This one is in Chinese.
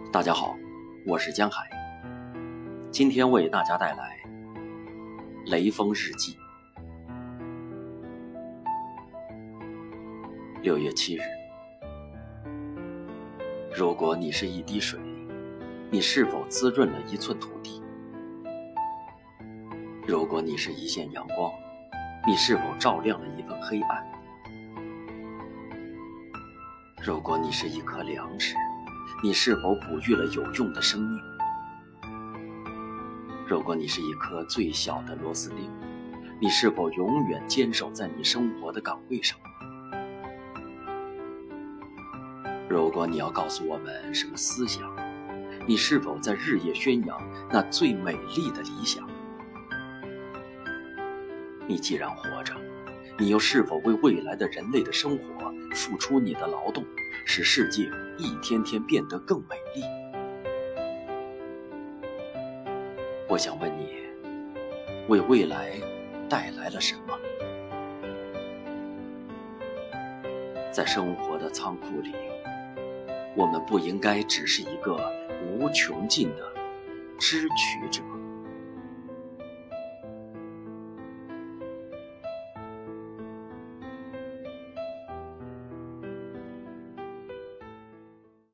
大家好，我是江海，今天为大家带来雷锋日记。6月7日，如果你是一滴水，你是否滋润了一寸土地？如果你是一线阳光，你是否照亮了一份黑暗？如果你是一颗粮食，你是否哺育了有用的生命？如果你是一颗最小的螺丝钉，你是否永远坚守在你生活的岗位上？如果你要告诉我们什么思想，你是否在日夜宣扬那最美丽的理想？你既然活着，你又是否为未来的人类的生活付出你的劳动，使世界一天天变得更美丽？我想问你，为未来带来了什么？在生活的仓库里，我们不应该只是一个无穷尽的支取者。